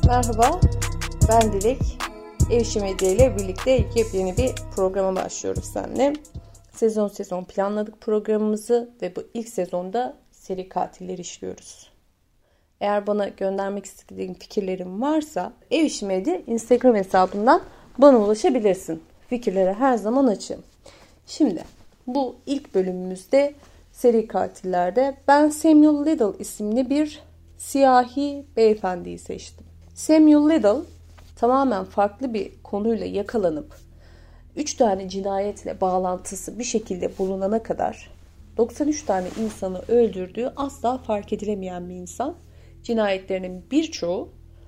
Merhaba, ben Dilek. Ev İşi Medya ile birlikte yepyeni bir programa başlıyoruz seninle. Sezon planladık programımızı ve bu ilk sezonda seri katilleri işliyoruz. Eğer bana göndermek istediğin fikirlerin varsa Ev İşi Medya Instagram hesabından bana ulaşabilirsin. Fikirlere her zaman açığım. Şimdi bu ilk bölümümüzde seri katillerde ben Samuel Little isimli bir siyahi beyefendiyi seçtim. Samuel Little tamamen farklı bir konuyla yakalanıp 3 tane cinayetle bağlantısı bir şekilde bulunana kadar 93 tane insanı öldürdüğü asla fark edilemeyen bir insan. Cinayetlerinin birçoğu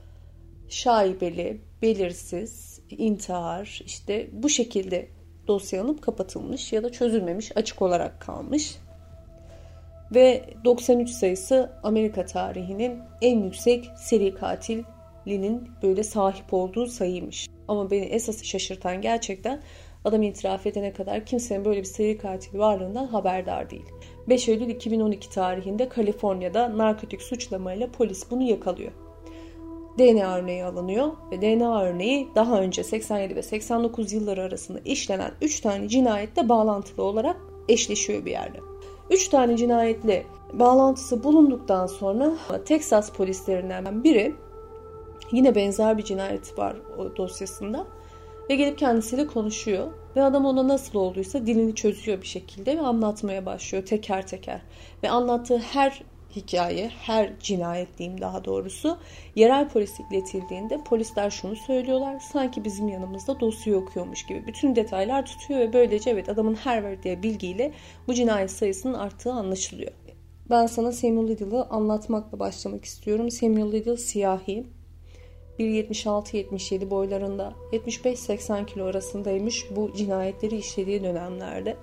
şaibeli, belirsiz, intihar, işte bu şekilde dosyalanıp kapatılmış ya da çözülmemiş, açık olarak kalmış. Ve 93 sayısı Amerika tarihinin en yüksek seri katilinin böyle sahip olduğu sayıymış. Ama beni esas şaşırtan gerçekten adam itiraf edene kadar kimsenin böyle bir seri katil varlığından haberdar değil. 5 Eylül 2012 tarihinde Kaliforniya'da narkotik suçlamayla polis bunu yakalıyor. DNA örneği alınıyor ve DNA örneği daha önce 87 ve 89 yılları arasında işlenen 3 tane cinayetle bağlantılı olarak eşleşiyor bir yerde. 3 tane cinayetle bağlantısı bulunduktan sonra Texas polislerinden biri yine benzer bir cinayet var o dosyasında ve gelip kendisiyle konuşuyor ve adam ona nasıl olduysa dilini çözüyor bir şekilde ve anlatmaya başlıyor teker teker ve anlattığı her hikaye, her cinayet diyeyim daha doğrusu yerel polise iletildiğinde polisler şunu söylüyorlar, sanki bizim yanımızda dosyayı okuyormuş gibi bütün detaylar tutuyor ve böylece evet adamın her verdiği bilgiyle bu cinayet sayısının arttığı anlaşılıyor. Ben sana Samuel Little'ı anlatmakla başlamak istiyorum. Samuel Little siyahi, 1.76-77 boylarında, 75-80 kilo arasındaymış bu cinayetleri işlediği dönemlerde.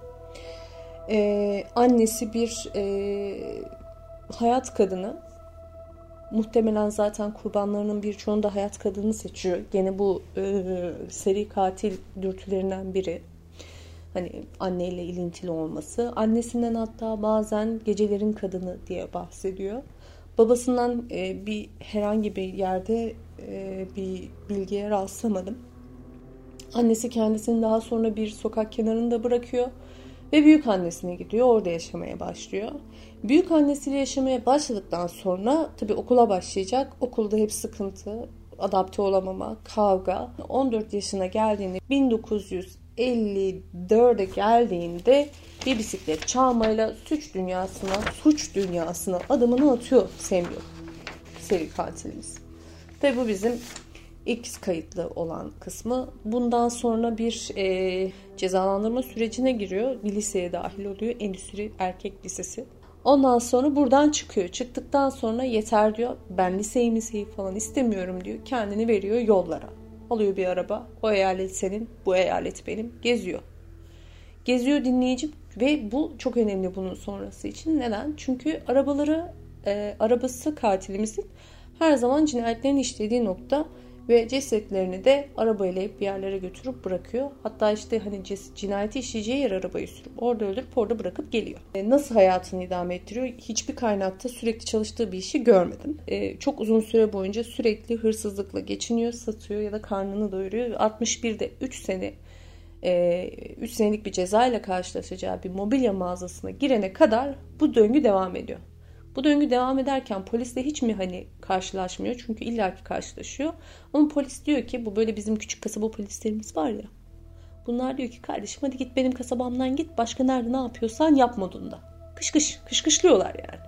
Annesi bir hayat kadını, muhtemelen zaten kurbanlarının birçoğunu da hayat kadını seçiyor. Gene bu seri katil dürtülerinden biri. Hani anneyle ilintili olması. Annesinden hatta bazen gecelerin kadını diye bahsediyor. Babasından herhangi bir yerde bir bilgiye rastlamadım. Annesi kendisini daha sonra bir sokak kenarında bırakıyor. Ve büyük annesine gidiyor. Orada yaşamaya başlıyor. Büyük annesiyle yaşamaya başladıktan sonra tabii okula başlayacak. Okulda hep sıkıntı, adapte olamama, kavga. 14 yaşına geldiğinde 1954'e geldiğinde bir bisiklet çalmayla suç dünyasına adımını atıyor Samuel, seri katilimiz. Ve bu bizim ilk kayıtlı olan kısmı. Bundan sonra bir cezalandırma sürecine giriyor. Bir liseye dahil oluyor. Endüstri Erkek Lisesi. Ondan sonra buradan çıkıyor. Çıktıktan sonra yeter diyor. Ben liseyi falan istemiyorum diyor. Kendini veriyor yollara. Alıyor bir araba. O eyalet senin, bu eyalet benim. Geziyor. Geziyor dinleyicim. Ve bu çok önemli bunun sonrası için. Neden? Çünkü arabası katilimizin her zaman cinayetlerin işlediği nokta ve cesetlerini de arabayla bir yerlere götürüp bırakıyor. Hatta işte hani cinayeti işleyeceği yer arabayı sürüp orada öldürüp orada bırakıp geliyor. Nasıl hayatını idame ettiriyor? Hiçbir kaynakta sürekli çalıştığı bir işi görmedim. Çok uzun süre boyunca sürekli hırsızlıkla geçiniyor, satıyor ya da karnını doyuruyor. 61'de 3 senelik bir cezayla karşılaşacağı bir mobilya mağazasına girene kadar bu döngü devam ediyor. Bu döngü devam ederken polisle hiç mi karşılaşmıyor? Çünkü illaki karşılaşıyor. Ama polis diyor ki bu böyle bizim küçük kasaba polislerimiz var ya. Bunlar diyor ki kardeşim hadi git benim kasabamdan git. Başka nerede ne yapıyorsan yap modunda. Kışkışlıyorlar yani.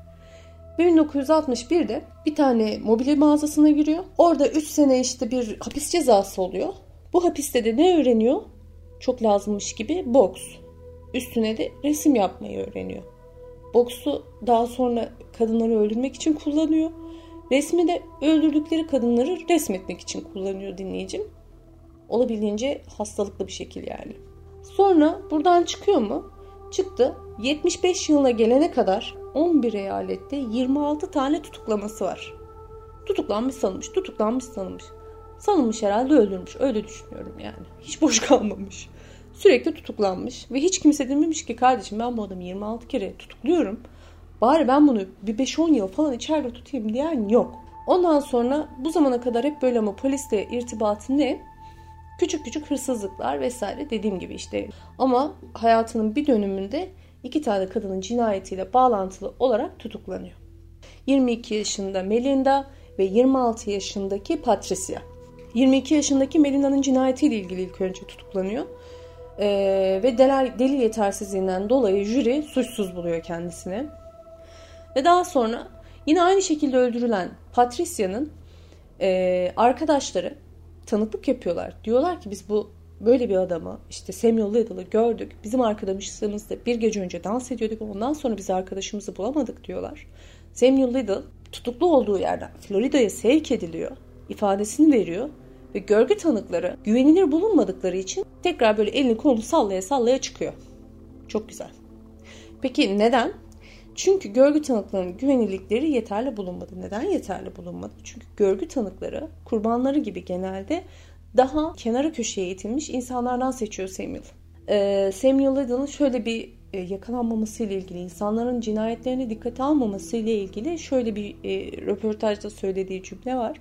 1961'de bir tane mobilya mağazasına giriyor. Orada 3 sene işte bir hapis cezası oluyor. Bu hapiste de ne öğreniyor? Çok lazımmış gibi boks. Üstüne de resim yapmayı öğreniyor. Boksu daha sonra kadınları öldürmek için kullanıyor. Resmi de öldürdükleri kadınları resmetmek için kullanıyor dinleyicim. Olabildiğince hastalıklı bir şekil yani. Sonra buradan çıkıyor mu? Çıktı. 75 yılına gelene kadar 11 eyalette 26 tane tutuklaması var. Tutuklanmış sanılmış. Sanılmış herhalde öldürmüş. Öyle düşünüyorum yani. Hiç boş kalmamış. Sürekli tutuklanmış ve hiç kimse dememiş ki kardeşim ben bu adamı 26 kere tutukluyorum. Bari ben bunu bir 5-10 yıl falan içeride tutayım diyen yok. Ondan sonra bu zamana kadar hep böyle ama polisle irtibatı ne? Küçük küçük hırsızlıklar vesaire dediğim gibi işte. Ama hayatının bir dönümünde 2 tane kadının cinayetiyle bağlantılı olarak tutuklanıyor. 22 yaşında Melinda ve 26 yaşındaki Patricia. 22 yaşındaki Melinda'nın cinayetiyle ilgili ilk önce tutuklanıyor. Ve delil yetersizliğinden dolayı jüri suçsuz buluyor kendisini. Ve daha sonra yine aynı şekilde öldürülen Patricia'nın arkadaşları tanıklık yapıyorlar. Diyorlar ki biz böyle bir adamı işte Samuel Liddell'ı gördük. Bizim arkadaşımızla bir gece önce dans ediyorduk. Ondan sonra biz arkadaşımızı bulamadık diyorlar. Samuel Liddell tutuklu olduğu yerden Florida'ya sevk ediliyor. İfadesini veriyor. Ve görgü tanıkları güvenilir bulunmadıkları için tekrar böyle elini kolunu sallaya sallaya çıkıyor. Çok güzel. Peki neden? Çünkü görgü tanıklarının güvenilirlikleri yeterli bulunmadı. Neden yeterli bulunmadı? Çünkü görgü tanıkları kurbanları gibi genelde daha kenara köşeye itilmiş insanlardan seçiyor Samuel. Samuel Liddell'ın şöyle bir yakalanmaması ile ilgili, insanların cinayetlerini dikkate almaması ile ilgili şöyle bir röportajda söylediği cümle var.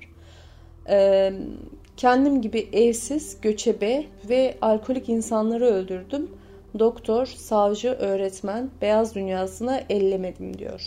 Kendim gibi evsiz, göçebe ve alkolik insanları öldürdüm. Doktor, savcı, öğretmen, beyaz dünyasına ellemedim diyor.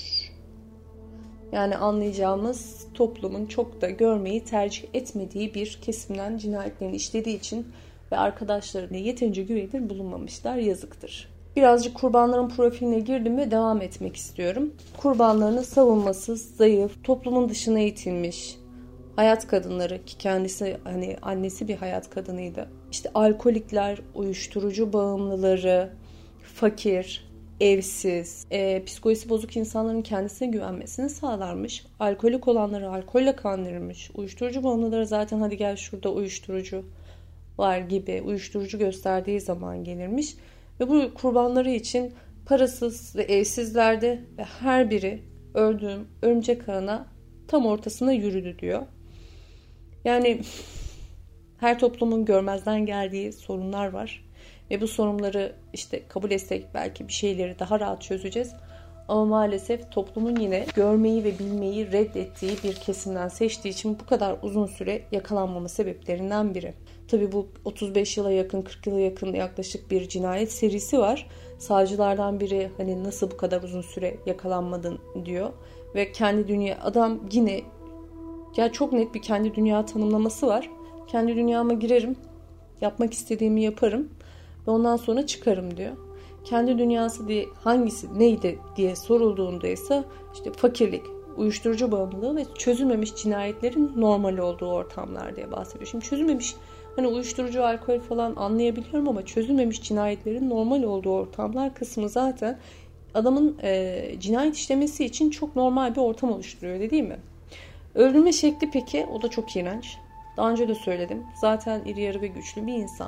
Yani anlayacağımız toplumun çok da görmeyi tercih etmediği bir kesimden cinayetlerini işlediği için ve arkadaşlarına yeterince güvenilir bulunmamışlar, yazıktır. Birazcık kurbanların profiline girdim ve devam etmek istiyorum. Kurbanlarını savunmasız, zayıf, toplumun dışına itilmiş hayat kadınları ki kendisi hani annesi bir hayat kadınıydı. İşte alkolikler, uyuşturucu bağımlıları, fakir, evsiz, psikolojisi bozuk insanların kendisine güvenmesini sağlarmış. Alkolik olanları alkolle kandırmış. Uyuşturucu bağımlıları zaten hadi gel şurada uyuşturucu var gibi uyuşturucu gösterdiği zaman gelirmiş. Ve bu kurbanları için parasız ve evsizlerdi ve her biri öldüğüm örümcek ağına tam ortasına yürüdü diyor. Yani her toplumun görmezden geldiği sorunlar var. Ve bu sorunları işte kabul etsek belki bir şeyleri daha rahat çözeceğiz. Ama maalesef toplumun yine görmeyi ve bilmeyi reddettiği bir kesimden seçtiği için bu kadar uzun süre yakalanmama sebeplerinden biri. Tabii bu 35 yıla yakın, 40 yıla yakın yaklaşık bir cinayet serisi var. Savcılardan biri hani nasıl bu kadar uzun süre yakalanmadın diyor. Ve kendi dünya adam yine ya çok net bir kendi dünya tanımlaması var. Kendi dünyama girerim, yapmak istediğimi yaparım ve ondan sonra çıkarım diyor. Kendi dünyası diye hangisi neydi diye sorulduğunda ise işte fakirlik, uyuşturucu bağımlılığı ve çözülmemiş cinayetlerin normal olduğu ortamlar diye bahsediyor. Şimdi çözülmemiş hani uyuşturucu, alkol falan anlayabiliyorum ama çözülmemiş cinayetlerin normal olduğu ortamlar kısmı zaten adamın cinayet işlemesi için çok normal bir ortam oluşturuyor değil mi? Öldürme şekli peki o da çok iğrenç. Daha önce de söyledim. Zaten iri yarı ve güçlü bir insan.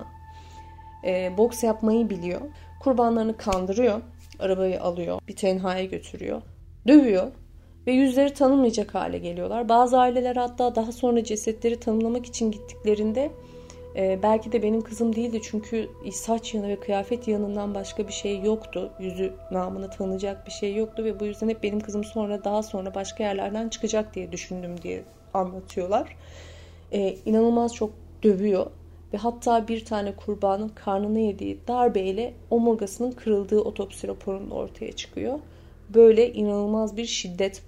Boks yapmayı biliyor. Kurbanlarını kandırıyor. Arabayı alıyor. Bir tenhaya götürüyor. Dövüyor. Ve yüzleri tanınmayacak hale geliyorlar. Bazı aileler hatta daha sonra cesetleri tanımlamak için gittiklerinde belki de benim kızım değildi çünkü saç yığını ve kıyafet yığınından başka bir şey yoktu. Yüzü namını tanıyacak bir şey yoktu ve bu yüzden hep benim kızım daha sonra başka yerlerden çıkacak diye düşündüm diye anlatıyorlar. İnanılmaz çok dövüyor ve hatta bir tane kurbanın karnına yediği darbeyle omurgasının kırıldığı otopsi raporunda ortaya çıkıyor. Böyle inanılmaz bir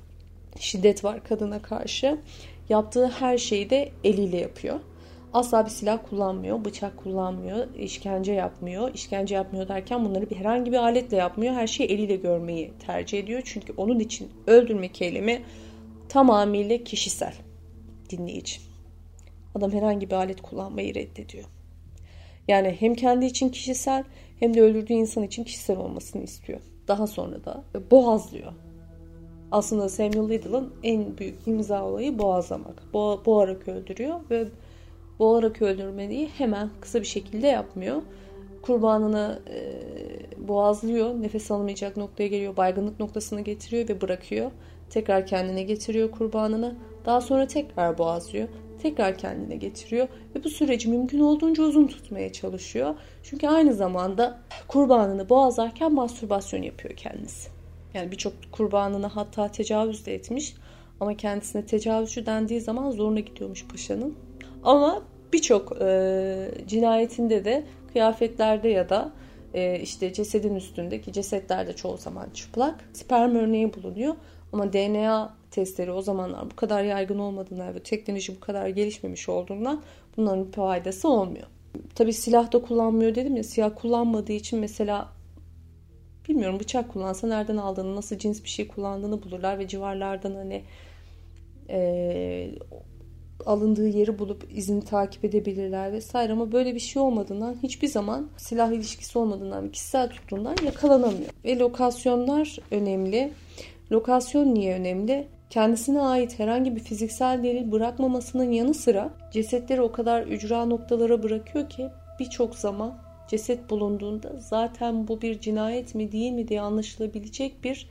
şiddet var kadına karşı. Yaptığı her şeyi de eliyle yapıyor. Asla bir silah kullanmıyor, bıçak kullanmıyor, işkence yapmıyor. İşkence yapmıyor derken bunları herhangi bir aletle yapmıyor. Her şeyi eliyle görmeyi tercih ediyor. Çünkü onun için öldürmek eylemi tamamıyla kişisel, dinleyici. Adam herhangi bir alet kullanmayı reddediyor. Yani hem kendi için kişisel hem de öldürdüğü insan için kişisel olmasını istiyor. Daha sonra da boğazlıyor. Aslında Samuel Liddell'ın en büyük imza olayı boğazlamak. Boğarak öldürüyor ve boğarak öldürmeyi hemen kısa bir şekilde yapmıyor. Kurbanını boğazlıyor, nefes alamayacak noktaya geliyor, baygınlık noktasına getiriyor ve bırakıyor. Tekrar kendine getiriyor kurbanını. Daha sonra tekrar boğazlıyor. Tekrar kendine getiriyor ve bu süreci mümkün olduğunca uzun tutmaya çalışıyor. Çünkü aynı zamanda kurbanını boğazlarken mastürbasyon yapıyor kendisi. Yani birçok kurbanını hatta tecavüz de etmiş. Ama kendisine tecavüzcü dendiği zaman zoruna gidiyormuş paşanın. Ama birçok cinayetinde de kıyafetlerde ya da işte cesedin üstündeki cesetler de çoğu zaman çıplak. Sperm örneği bulunuyor. Ama DNA testleri o zamanlar bu kadar yaygın olmadığından ve teknoloji bu kadar gelişmemiş olduğundan bunların bir faydası olmuyor. Tabii silah da kullanmıyor dedim ya, silah kullanmadığı için mesela bilmiyorum, bıçak kullansa nereden aldığını, nasıl cins bir şey kullandığını bulurlar ve civarlardan hani alındığı yeri bulup izini takip edebilirler vesaire. Ama böyle bir şey olmadığından, hiçbir zaman silah ilişkisi olmadığından ve kişisel tuttuğundan yakalanamıyor. Ve lokasyonlar önemli. Lokasyon niye önemli? Kendisine ait herhangi bir fiziksel delil bırakmamasının yanı sıra cesetleri o kadar ücra noktalara bırakıyor ki birçok zaman ceset bulunduğunda zaten bu bir cinayet mi değil mi diye anlaşılabilecek bir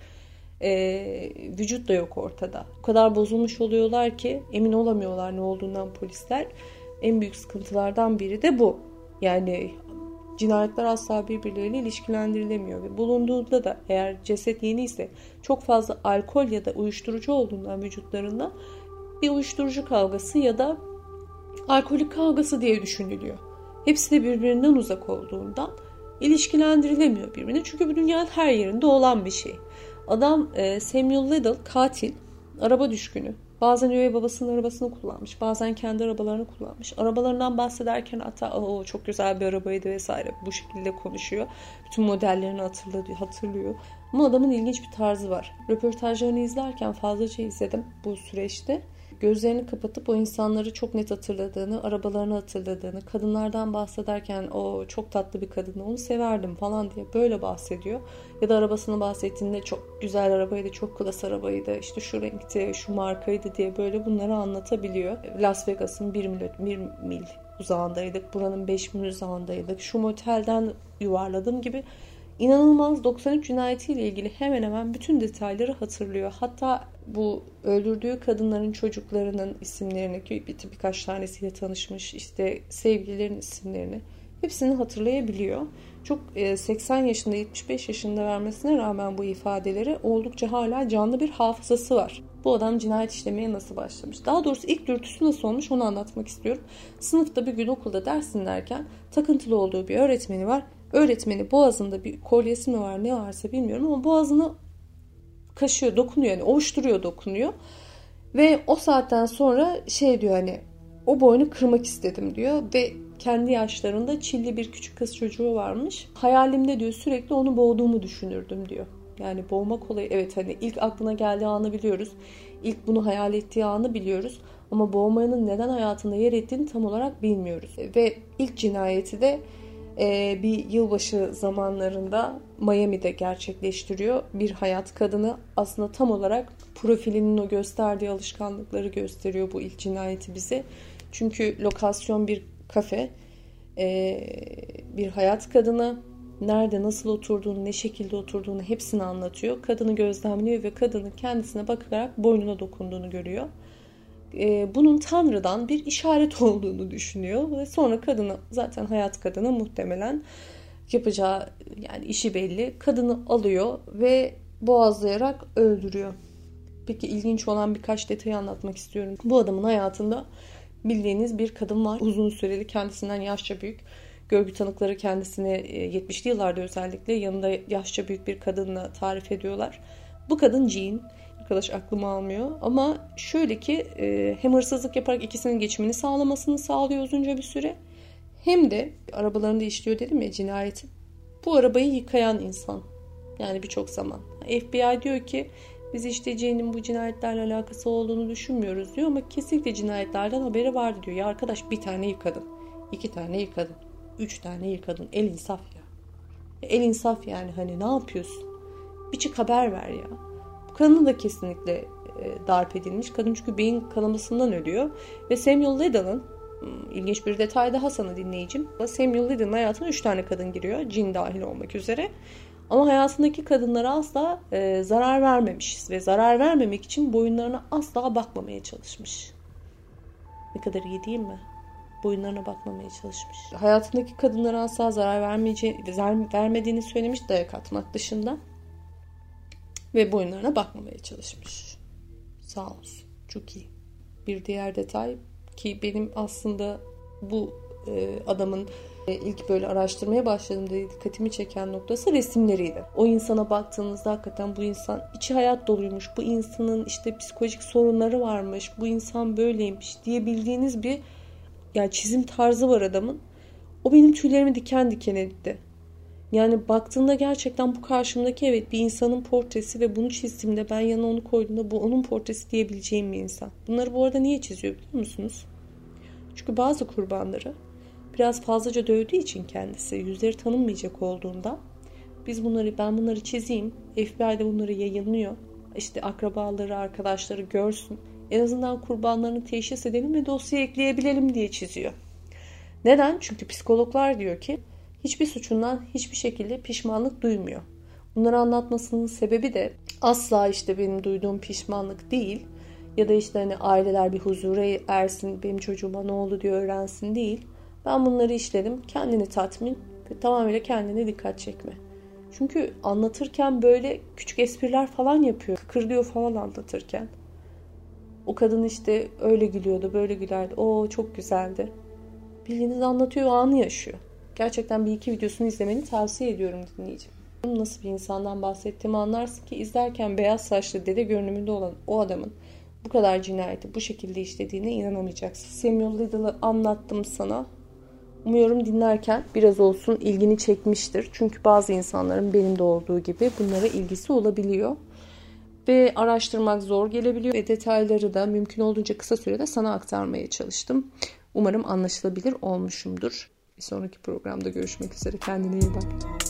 vücut da yok ortada. O kadar bozulmuş oluyorlar ki emin olamıyorlar ne olduğundan polisler. En büyük sıkıntılardan biri de bu. Yani cinayetler asla birbirleriyle ilişkilendirilemiyor ve bulunduğunda da eğer ceset yeni ise çok fazla alkol ya da uyuşturucu olduğundan vücutlarında bir uyuşturucu kavgası ya da alkolik kavgası diye düşünülüyor. Hepsi de birbirinden uzak olduğundan ilişkilendirilemiyor birbirine. Çünkü bu dünyanın her yerinde olan bir şey. Adam Samuel Liddell katil, araba düşkünü. Bazen üvey babasının arabasını kullanmış, bazen kendi arabalarını kullanmış. Arabalarından bahsederken hatta o çok güzel bir arabaydı vesaire bu şekilde konuşuyor. Bütün modellerini hatırlıyor. Ama adamın ilginç bir tarzı var. Röportajlarını izlerken fazlaca izledim bu süreçte. Gözlerini kapatıp o insanları çok net hatırladığını, arabalarını hatırladığını, kadınlardan bahsederken o çok tatlı bir kadın, onu severdim falan diye böyle bahsediyor. Ya da arabasını bahsettiğinde çok güzel arabaydı, çok klas arabaydı, işte şu renkti, şu markaydı diye böyle bunları anlatabiliyor. Las Vegas'ın 1 mil uzağındaydık, buranın 5 mil uzağındaydık, şu motelden yuvarladım gibi. İnanılmaz 93 cinayetiyle ilgili hemen hemen bütün detayları hatırlıyor. Hatta bu öldürdüğü kadınların çocuklarının isimlerini, birkaç tanesiyle tanışmış, işte sevgililerin isimlerini hepsini hatırlayabiliyor. Çok 80 yaşında 75 yaşında vermesine rağmen bu ifadeleri oldukça hala canlı bir hafızası var. Bu adam cinayet işlemeye nasıl başlamış? Daha doğrusu ilk dürtüsü nasıl olmuş onu anlatmak istiyorum. Sınıfta bir gün okulda ders dinlerken takıntılı olduğu bir öğretmeni var. Öğretmeni boğazında bir kolyesi mi var ne varsa bilmiyorum ama boğazını kaşıyor, dokunuyor, yani ovuşturuyor, dokunuyor. Ve o saatten sonra şey diyor, hani o boynu kırmak istedim diyor ve kendi yaşlarında Çilli bir küçük kız çocuğu varmış. Hayalimde diyor sürekli onu boğduğumu düşünürdüm diyor. Yani boğmak olayı, evet, hani ilk aklına geldiği anı biliyoruz. İlk bunu hayal ettiği anı biliyoruz. Ama boğmanın neden hayatında yer ettiğini tam olarak bilmiyoruz. Ve ilk cinayeti de bir yılbaşı zamanlarında Miami'de gerçekleştiriyor. Bir hayat kadını, aslında tam olarak profilinin o gösterdiği alışkanlıkları gösteriyor bu ilk cinayeti bize. Çünkü lokasyon bir kafe, bir hayat kadını, nerede nasıl oturduğunu, ne şekilde oturduğunu hepsini anlatıyor. Kadını gözlemliyor ve kadının kendisine bakarak boynuna dokunduğunu görüyor. Bunun Tanrı'dan bir işaret olduğunu düşünüyor ve sonra kadını, zaten hayat kadını muhtemelen yapacağı yani işi belli, kadını alıyor ve boğazlayarak öldürüyor. Peki ilginç olan birkaç detayı anlatmak istiyorum. Bu adamın hayatında bildiğiniz bir kadın var. Uzun süreli, kendisinden yaşça büyük. Görgü tanıkları kendisini 70'li yıllarda özellikle yanında yaşça büyük bir kadınla tarif ediyorlar. Bu kadın Jean. Arkadaş aklımı almıyor. Ama şöyle ki hem hırsızlık yaparak ikisinin geçimini sağlamasını sağlıyor uzunca bir süre. Hem de arabalarında işliyor dedim ya cinayeti. Bu arabayı yıkayan insan. Yani birçok zaman. FBI diyor ki biz işte Jane'in bu cinayetlerle alakası olduğunu düşünmüyoruz diyor ama kesinlikle cinayetlerden haberi vardı diyor. Ya arkadaş, bir tane yıkadın, 2 tane yıkadın, 3 tane yıkadın. El insaf ya. El insaf yani, hani ne yapıyorsun? Bir çık haber ver ya. Bu kadın da kesinlikle darp edilmiş. Kadın çünkü beyin kanamasından ölüyor. Ve Samuel Liddell'ın ilginç bir detay daha sana dinleyicim. Samuel Liddell'ın hayatına 3 tane kadın giriyor. Jean dahil olmak üzere. Ama hayatındaki kadınlara asla zarar vermemiş ve zarar vermemek için boyunlarına asla bakmamaya çalışmış. Ne kadar iyi değil mi? Boyunlarına bakmamaya çalışmış. Hayatındaki kadınlara asla zarar vermediğini söylemiş, dayak atmak dışında. Ve boyunlarına bakmamaya çalışmış. Sağ olsun. Çok iyi. Bir diğer detay ki benim aslında bu adamın ilk böyle araştırmaya başladığımda dikkatimi çeken noktası resimleriydi. O insana baktığınızda hakikaten bu insan içi hayat doluymuş, bu insanın işte psikolojik sorunları varmış, bu insan böyleymiş diyebildiğiniz bir yani çizim tarzı var adamın. O benim tüylerimi diken diken etti. Yani baktığında gerçekten bu karşımdaki evet bir insanın portresi ve bunu çizdiğimde ben yanına onu koyduğumda bu onun portresi diyebileceğim bir insan. Bunları bu arada niye çiziyor biliyor musunuz? Çünkü bazı kurbanları biraz fazlaca dövdüğü için kendisi yüzleri tanınmayacak olduğunda ben bunları çizeyim. FBI'de bunları yayınlıyor. İşte akrabaları, arkadaşları görsün. En azından kurbanlarını teşhis edelim ve dosyaya ekleyebilelim diye çiziyor. Neden? Çünkü psikologlar diyor ki hiçbir suçundan hiçbir şekilde pişmanlık duymuyor. Bunları anlatmasının sebebi de asla işte benim duyduğum pişmanlık değil ya da işte hani aileler bir huzura ersin, benim çocuğuma ne oldu diye öğrensin değil. Ben bunları işledim, kendini tatmin ve tamamıyla kendine dikkat çekme. Çünkü anlatırken böyle küçük espriler falan yapıyor, kıkırdıyor falan anlatırken. O kadın işte öyle gülüyordu, böyle gülerdi, o çok güzeldi. Bildiğiniz anlatıyor, o anı yaşıyor. Gerçekten bir iki videosunu izlemeni tavsiye ediyorum dinleyicim. Nasıl bir insandan bahsettiğimi anlarsın ki izlerken beyaz saçlı dede görünümünde olan o adamın bu kadar cinayeti bu şekilde işlediğine inanamayacaksın. Samuel Liddell'ı anlattım sana. Umuyorum dinlerken biraz olsun ilgini çekmiştir. Çünkü bazı insanların benim de olduğu gibi bunlara ilgisi olabiliyor. Ve araştırmak zor gelebiliyor. Ve detayları da mümkün olduğunca kısa sürede sana aktarmaya çalıştım. Umarım anlaşılabilir olmuşumdur. Bir sonraki programda görüşmek üzere. Kendine iyi bak.